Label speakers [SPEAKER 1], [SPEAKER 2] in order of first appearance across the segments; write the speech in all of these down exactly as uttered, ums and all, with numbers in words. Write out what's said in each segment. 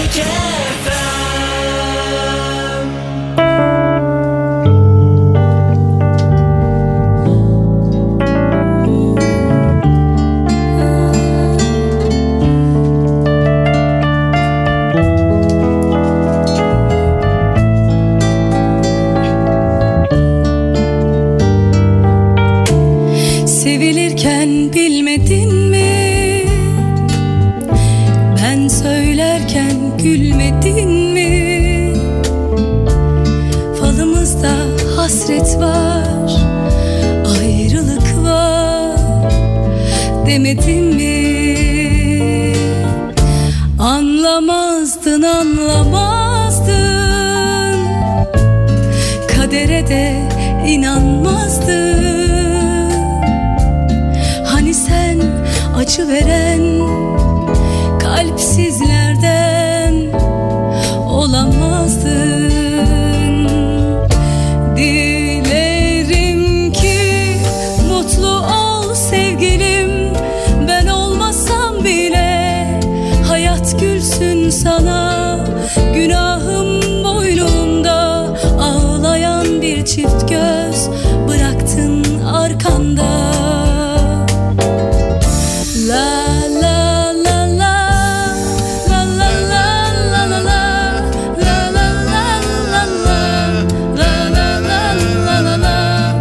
[SPEAKER 1] Sevilirken bilmedin mi? Ben söylerken gülmedin mi? Falımızda hasret var, ayrılık var demedin mi? Anlamazdın, anlamazdın, kadere de inanmazdın. Hani sen acı veren kalpsizlerden olamazdın. Dilerim ki mutlu ol sevgilim, ben olmasam bile hayat gülsün sana. Günahım boynumda, ağlayan bir çift göz bıraktın arkanda. La la la la la la la la la la la la la la la la la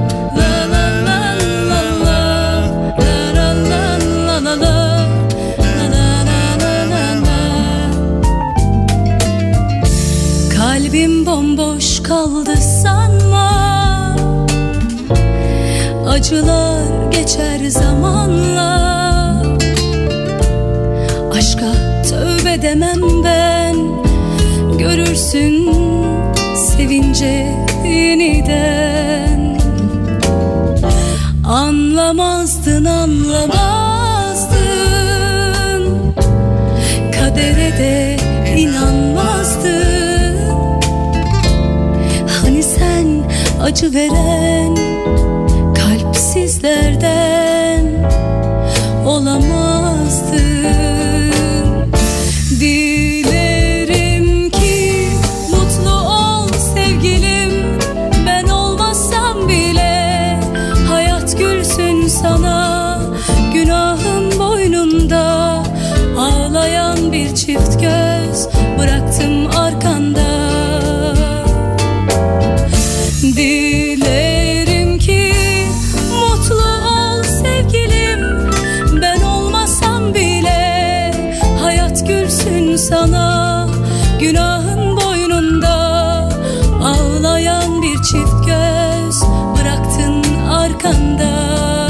[SPEAKER 1] Kalbim bomboş kaldı sanma, acılar geçer zamanla. Aşka tövbe demem ben, görürsün sevince yeniden. Anlamazdın, anlamazdın, kadere de inanmazdın. Hani sen acı veren kalpsizlerden olamazdın. Dilerim ki mutlu ol sevgilim, ben olmasam bile hayat gülsün sana. Günahım boynunda, ağlayan bir çift göz bıraktım arkanda. Dilerim ki mutlu ol sevgilim, ben olmasam bile hayat gülsün sana. Günahın boynunda, ağlayan bir çift göz bıraktın arkanda.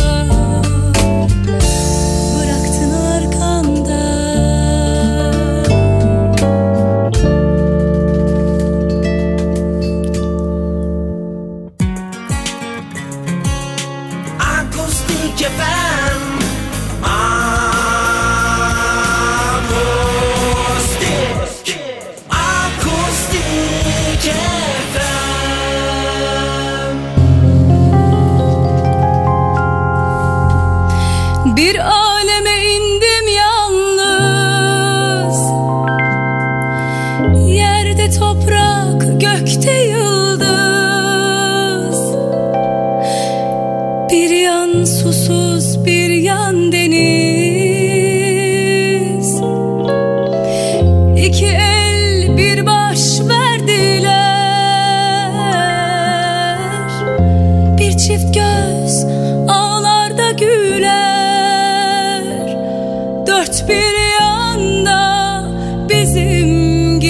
[SPEAKER 1] Bıraktın arkanda.
[SPEAKER 2] Akustik F M. Akustik. Akustik F M.
[SPEAKER 1] Bir aleme indim yalnız, yerde toprak, gökte yıldız. Bir yan susuz, bir yan deniz. İki el bir baş verdiler. Bir çift göz ağlar da güler. Dört bir yanda bizim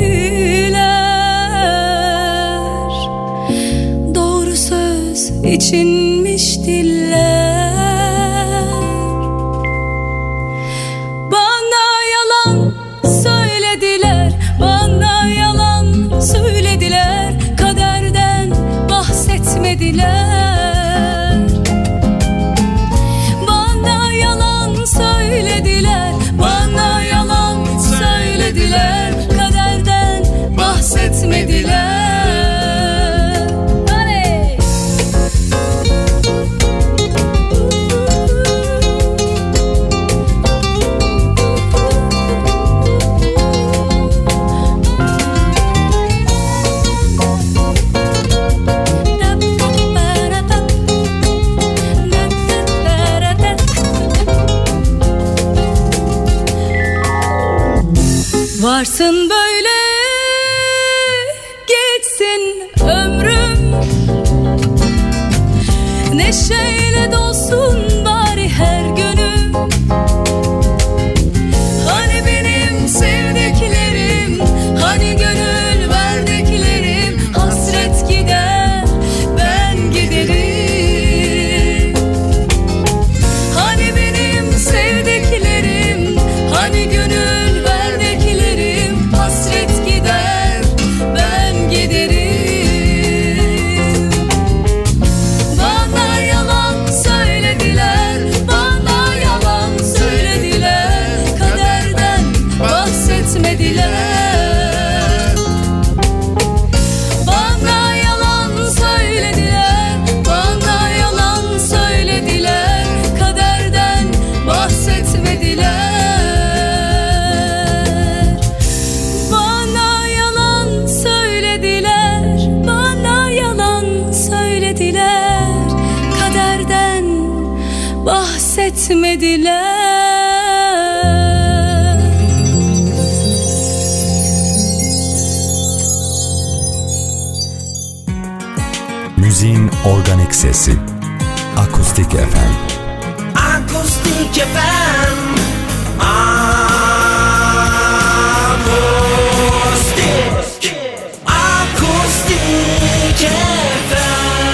[SPEAKER 1] gibiler. Doğru söz içinmiş diller. Bana yalan söylediler, bana yalan söylediler. Kaderden bahsetmediler. Bana yalan söylediler, bana yalan söylediler. Kaderden bahsetmediler. Hadi. Varsın böyle geçsin ömrüm, neşeyle dolsun bari her günüm. Hani benim sevdiklerim, hani gönül verdiklerim, hasret gider ben giderim. Hani benim sevdiklerim, hani gönül verdiklerim, hasret gider ben giderim. Bana yalan söylediler, bana yalan söylediler, kaderden bahsetmediler. Bana yalan söylediler, bana yalan söylediler, kaderden bahsetmediler. Bana yalan söylediler, bana yalan söylediler, kaderden bahsetmediler.
[SPEAKER 3] Müziğin organik sesi Akustik F M.
[SPEAKER 2] Akustik F M. Akustik. Akustik F M.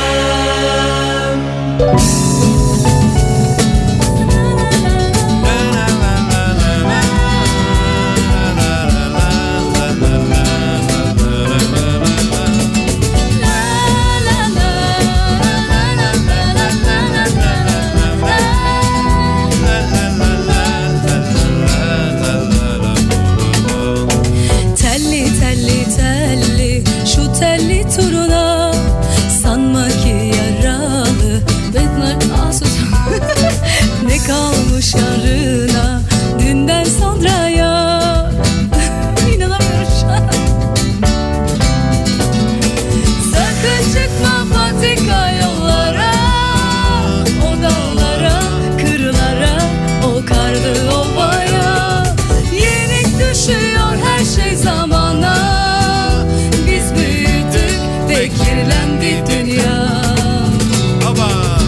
[SPEAKER 1] Telli telli telli şu telli turuna, sanma ki yaralı bedner asus ne kalmış yarına dünden sonra ya. İnanamıyorum şu an. Sakın çıkma patika yollara, o dağlara, kırlara, o karlı ovaya. Yenik düşüyor her şey zamana, biz büyüdük ve kirlendi dünya.
[SPEAKER 4] Baba.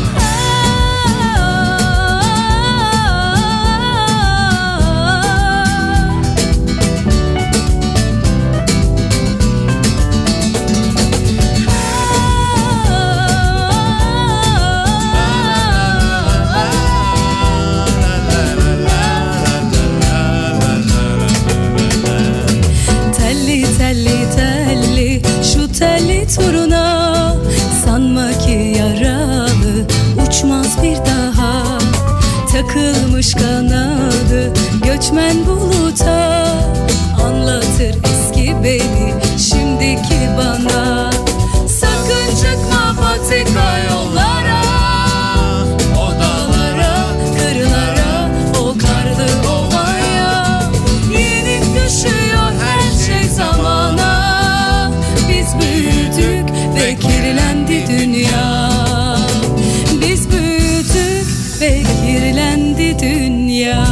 [SPEAKER 1] Telli telli telli şu telli turuna, sanma ki yaralı uçmaz bir daha. Takılmış kanadı göçmen buluta, anlatır eski beni şimdiki bana. Sakın çıkma patika yollara, o dağlara, kırlara, o karlı ovaya. Yenik düşüyor her şey zamana, biz büyüdük ve kirlendi dünya. Biz büyüdük ve kirlendi dünya.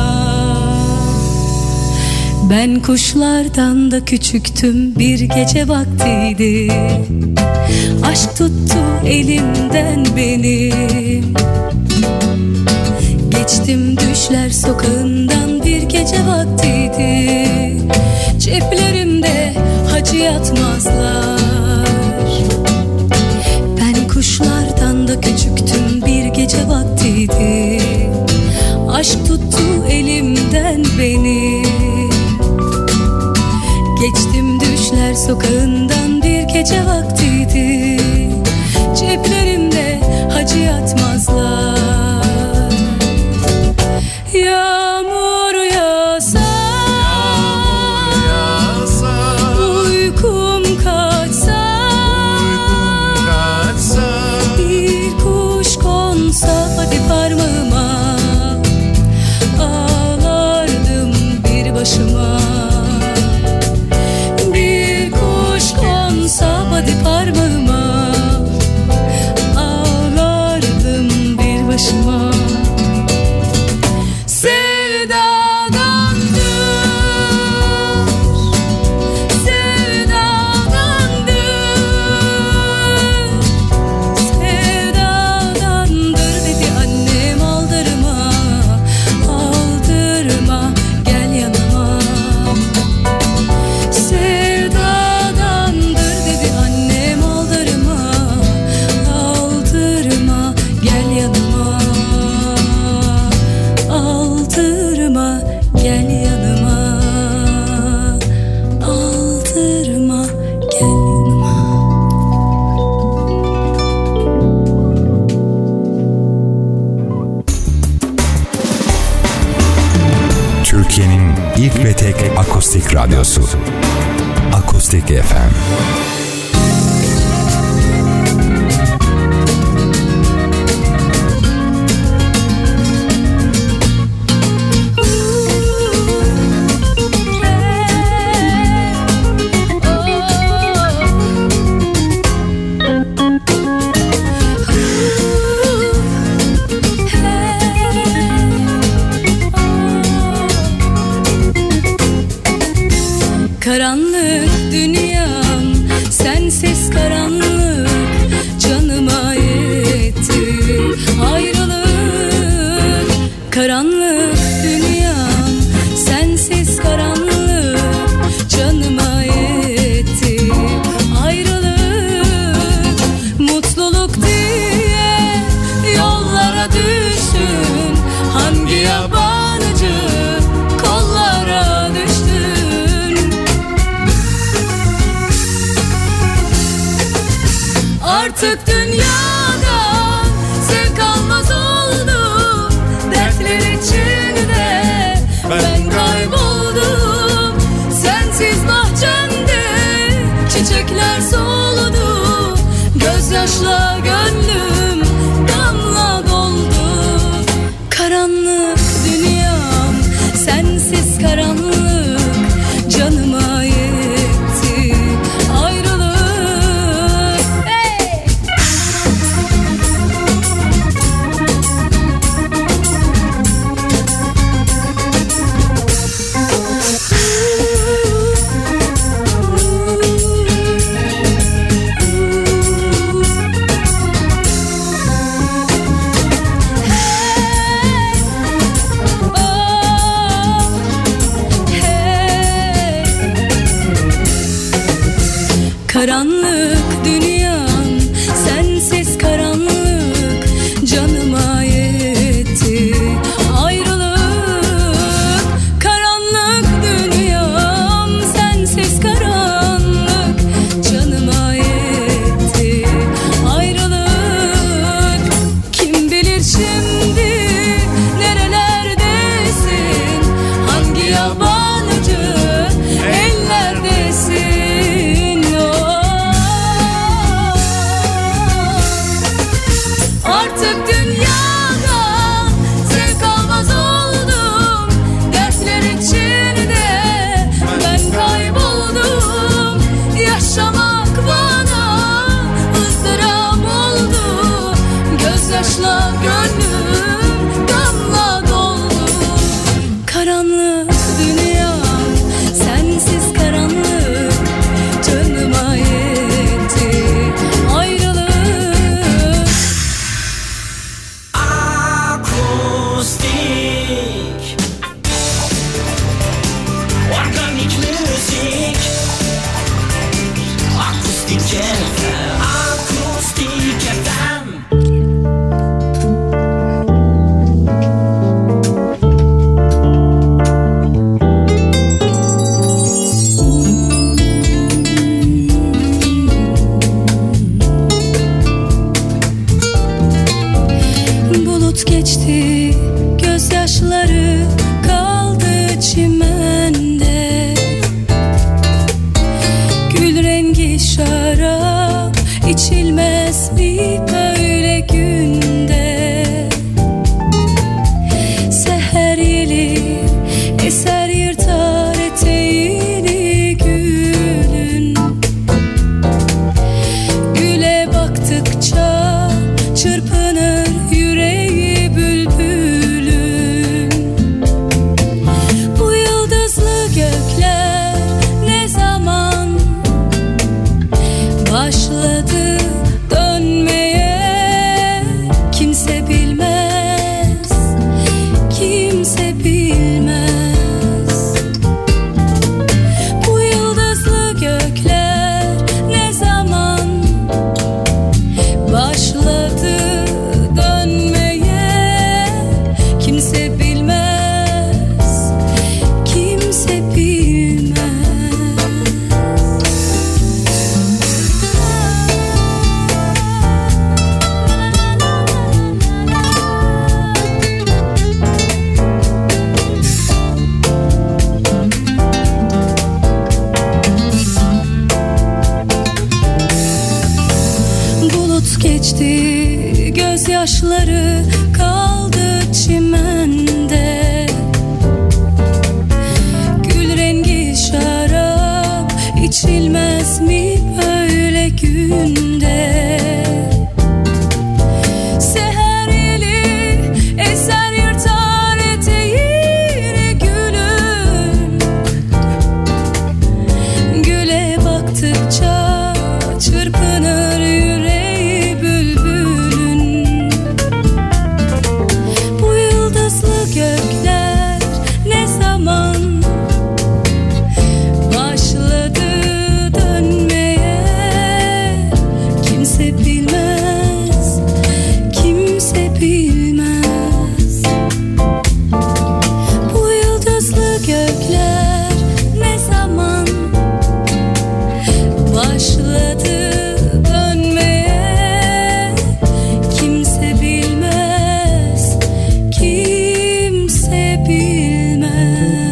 [SPEAKER 1] Ben kuşlardan da küçüktüm, bir gece vaktiydi. Aşk tuttu elimden benim. Geçtim düşler sokağından, bir gece vaktiydi. Ceplerimde hacı yatmazlar. Ben kuşlardan da küçüktüm, bir gece vaktiydi. Aşk tuttu elimden beni. Geçtim düşler sokağından, bir gece vaktiydi. Ceplerimde hacı yatmazlar. Yağmur yağsa, uykum kaçsa, bir kuş konsa hadi parmağıma, ağlardım bir başıma. Bir kuş konsa hadi parmağıma, ağlardım
[SPEAKER 3] tek akustik radyosu. Akustik F M.
[SPEAKER 1] Karanlık dünyam, sensiz karanlık, canıma yetti ayrılık. Karanlık dünyam, sensiz karanlık, canıma yetti ayrılık. Mutluluk diye yollara düştün, hangi yabancı kollara düştün. Artık dünyadan zevk almaz oldum, dertler içinde ben kayboldum. Sensiz bahçemde çiçekler soldu, gözyaşla gönlüm damla doldu. Karanlık dünyam, sensiz karanlık, canıma yetti ayrılık. Hey! Karanlık dünyam, sensiz karanlık, canıma yetti ayrılık. Karanlık dünyam, sensiz karanlık, canıma yetti ayrılık. Kim bilir şimdi nerelerdesin, hangi yabancı ellerdesin. Oh, geçilmez mi böyle günde? Seher yeli eser yırtar eteğini gülün. Güle baktıkça çırpınır yüreği bülbülün. Bu yıldızlı gökler ne zaman başladı dönmeye? Kimse bilmez, kimse bilmez. Bu yıldızlı gökler ne zaman başladı dönmeye? Kimse bilmez, kimse bilmez.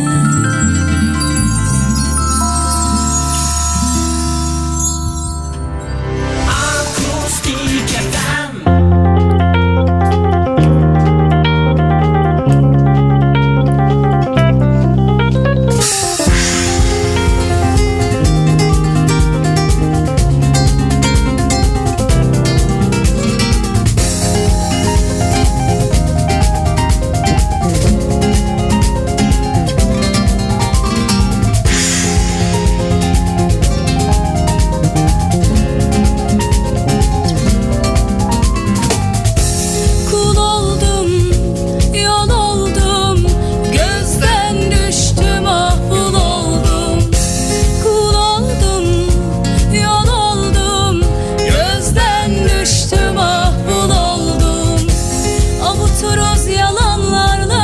[SPEAKER 2] Akustik F M.
[SPEAKER 1] Kul oldum, yol oldum, gözden düştüm, ah bul oldum. Kul oldum, yol oldum, gözden düştüm, ah bul oldum. Avuturuz yalanlarla,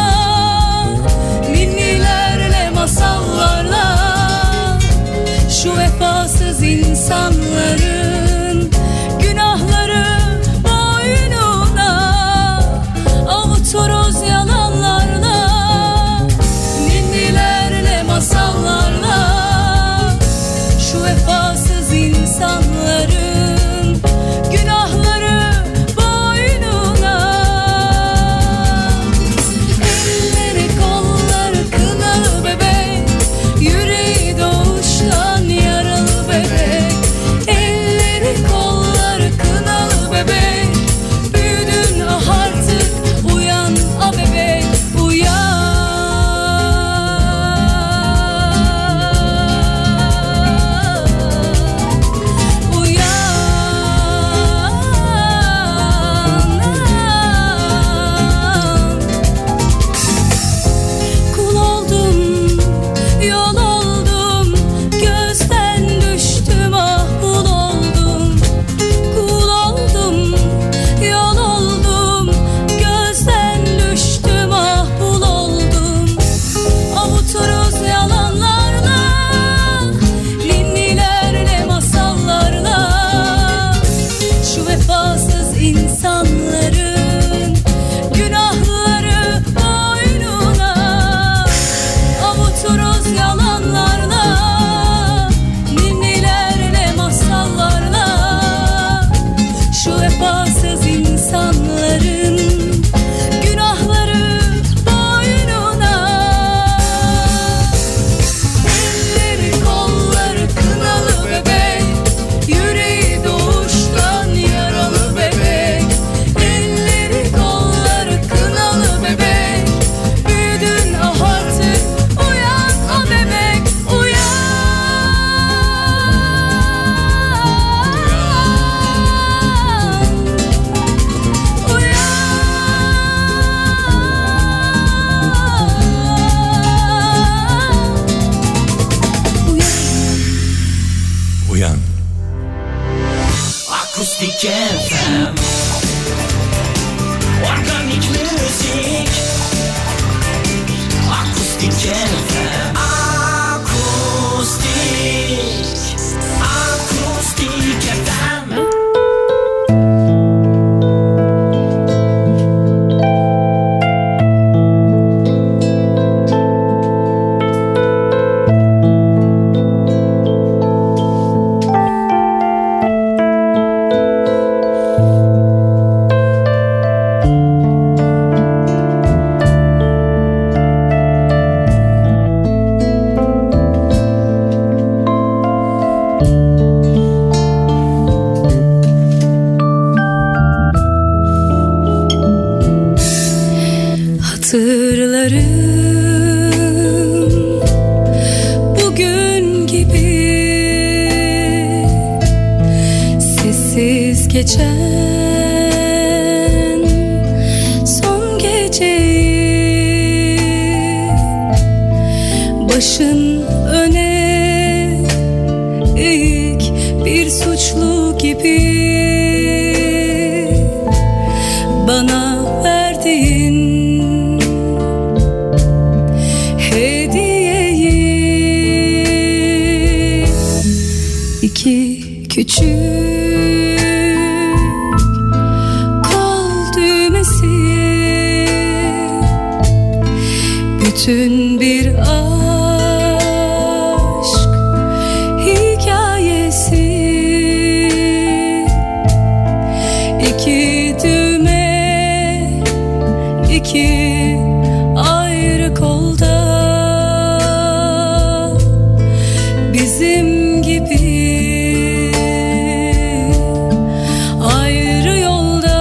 [SPEAKER 1] ninnilerle, masallarla, şu vefasız insanların günahları boynuna. Avuturuz yalanlarla, ninnilerle, masallarla, şu vefasız insanların günahları boynuna. Elleri kolları kınalı bebek, yüreği doğuştan yaralı bebek. Elleri kolları kınalı bebek, büyüdün ah artık, uyan ah bebek, uyan. Uyan. Kul oldum, yol oldum, gözden düştüm, ah bul oldum. Kul oldum, yol oldum, gözden düştüm, ah bul oldum. Avuturuz yalanlarla, ninnilerle, masallarla, şu vefasız insanların günahları boynuna. Avuturuz yalanlarla, ninnilerle, masallarla, şu vefasız insanların günahları boynuna. Elleri kolları kınalı bebek, yüreği doğuştan yaralı bebek. Elleri kolları kınalı bebek, büyüdün ah artık, uyan ah bebek, uyan. Uyan.
[SPEAKER 3] Uyan.
[SPEAKER 2] Akustik F M. Organik müzik. Akustik F M. Akustik. Akustik F M.
[SPEAKER 1] geçen son geceyi başın öne eğik bir suçlu gibi bana verdiğin hediyeyi iki küçük bütün bir aşk hikayesi, iki düğme, iki ayrı kolda bizim gibi ayrı yolda.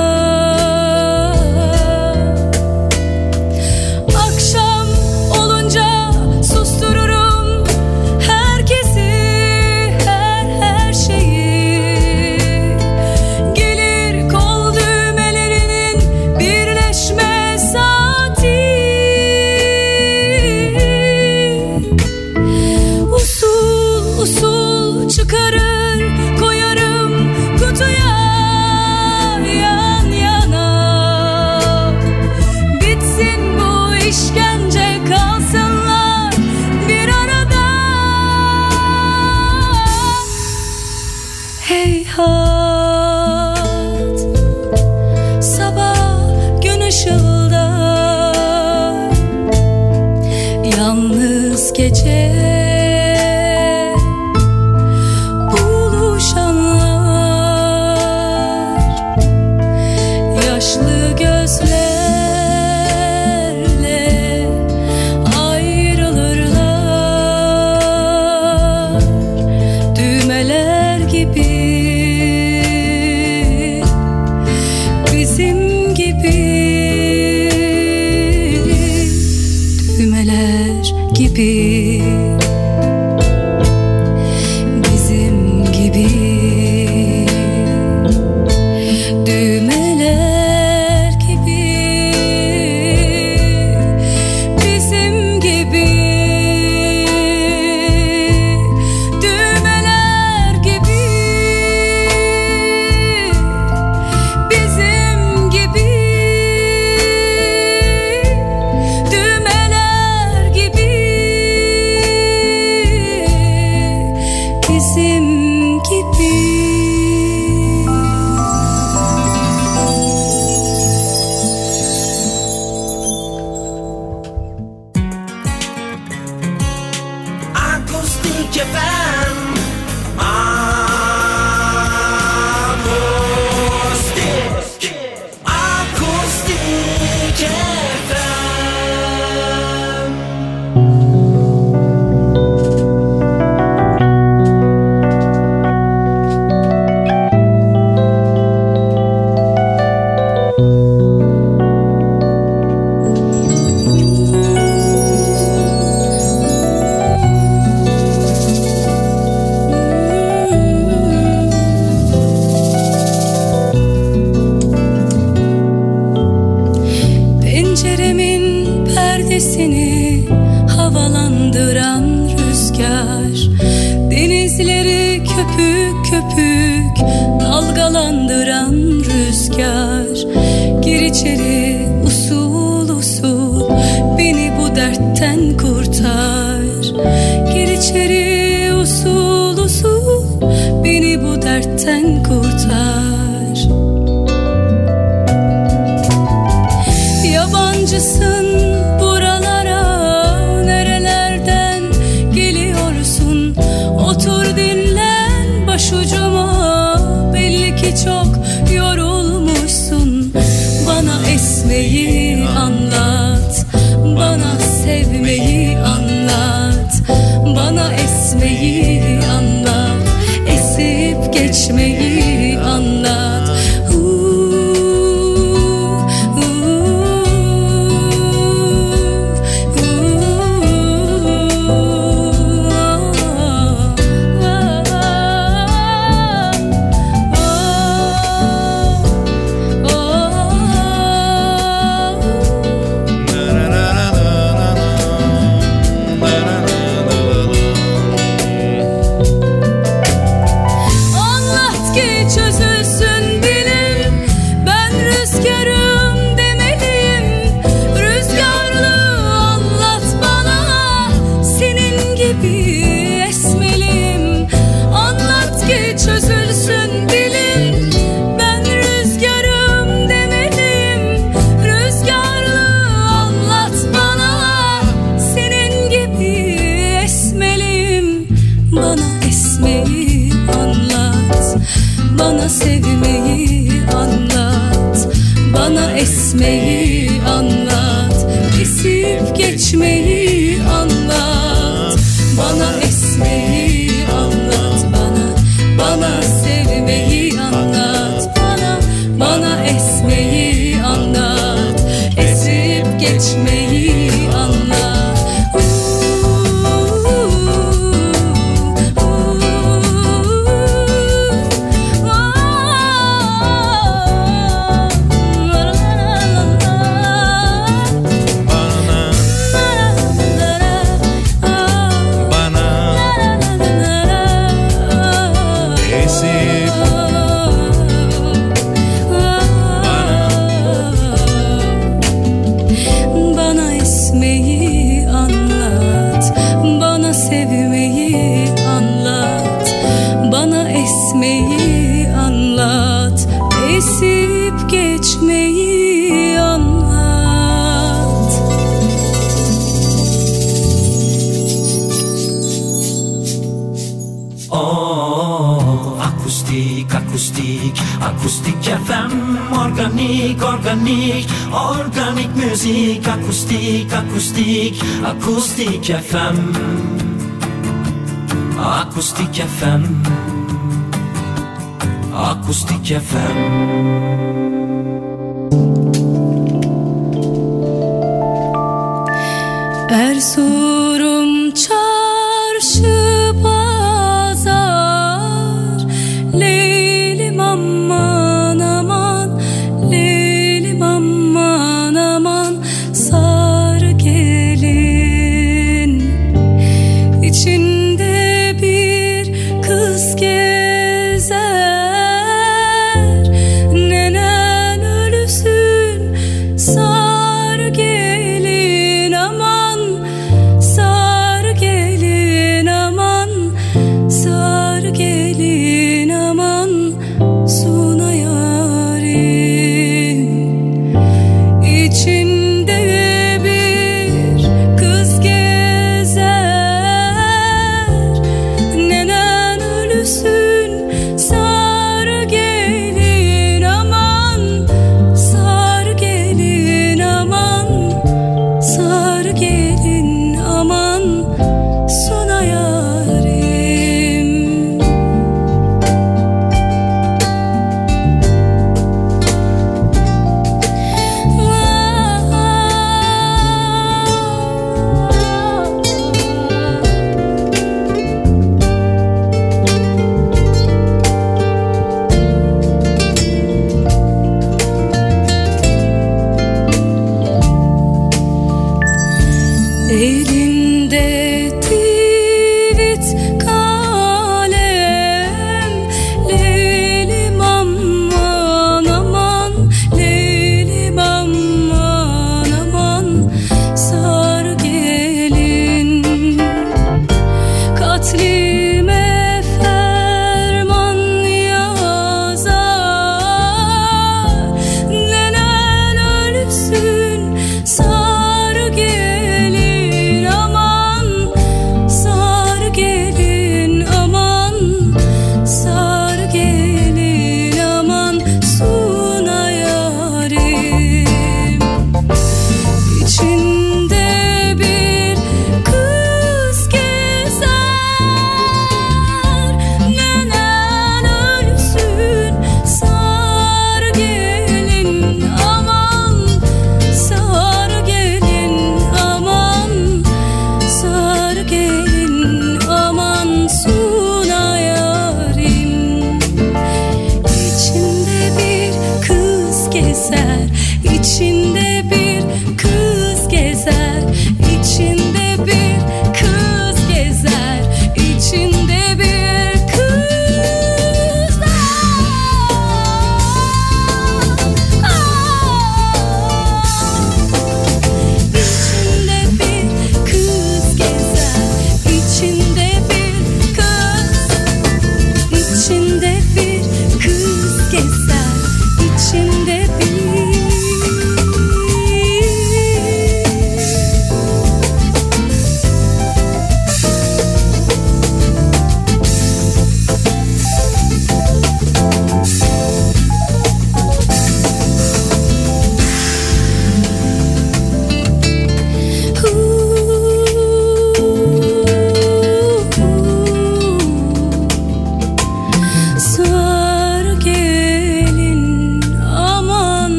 [SPEAKER 1] Yalnız gece buluşanlar yaşlı gözlerle ayrılırlar düğmeler gibi bizim gibi düğmeler gibi bizim gibi düğmeler gibi bizim gibi düğmeler gibi bizim gibi düğmeler gibi bizim gibi.
[SPEAKER 2] Akustik F M. Akustik. Akustik F M.
[SPEAKER 1] Penceremin perdesini havalandıran rüzgar, denizleri köpük köpük dalgalandıran rüzgar, gir içeri usul usul beni bu dertten kurtar, gir içeri usul usul beni bu dertten kurtar. Yabancısın buralara, nerelerden geliyorsun? Otur dinlen başucuma, belli ki çok yorulmuşsun. Bana esmeyi anlat, bana sevmeyi anlat, bana esmeyi anlat, esip geçmeyi anlat. esmeyi anlat, esip geçmeyi anlat. Bana esmeyi anlat, bana, bana sevmeyi anlat. Bana, bana esmeyi anlat, esip geçmeyi anlat. Esip geçmeyi anlat.
[SPEAKER 2] Oh, akustik, akustik, akustik F M. Organik, organik, organik müzik. Akustik, akustik, akustik F M. Akustik F M. Akustik F M.
[SPEAKER 1] Erzurum çarşı pazar, Leylim aman aman, Leylim aman aman, sarı gelin içinde bir kız gezer.
[SPEAKER 2] Oh,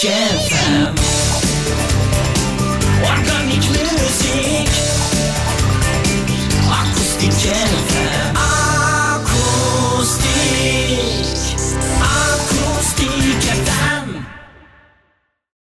[SPEAKER 2] Akustik F M.